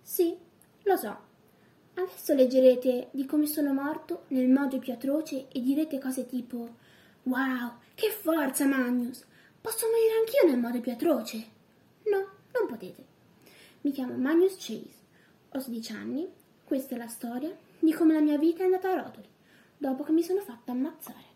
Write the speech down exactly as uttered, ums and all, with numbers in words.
Sì, lo so. Adesso leggerete di come sono morto nel modo più atroce e direte cose tipo «Wow, che forza, Magnus! Posso morire anch'io nel modo più atroce?» No, non potete. Mi chiamo Magnus Chase, ho sedici anni, questa è la storia di come la mia vita è andata a rotoli, dopo che mi sono fatta ammazzare.